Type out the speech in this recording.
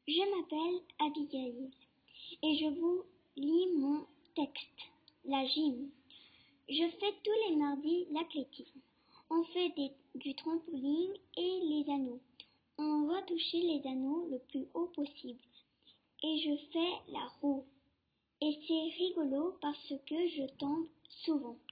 Je m'appelle Abigail et je vous lis mon texte, la gym. Je fais tous les mardis l'athlétisme. On fait du trampoline et les anneaux. On va toucher les anneaux le plus haut possible. Et je fais la roue. Et c'est rigolo parce que je tombe souvent.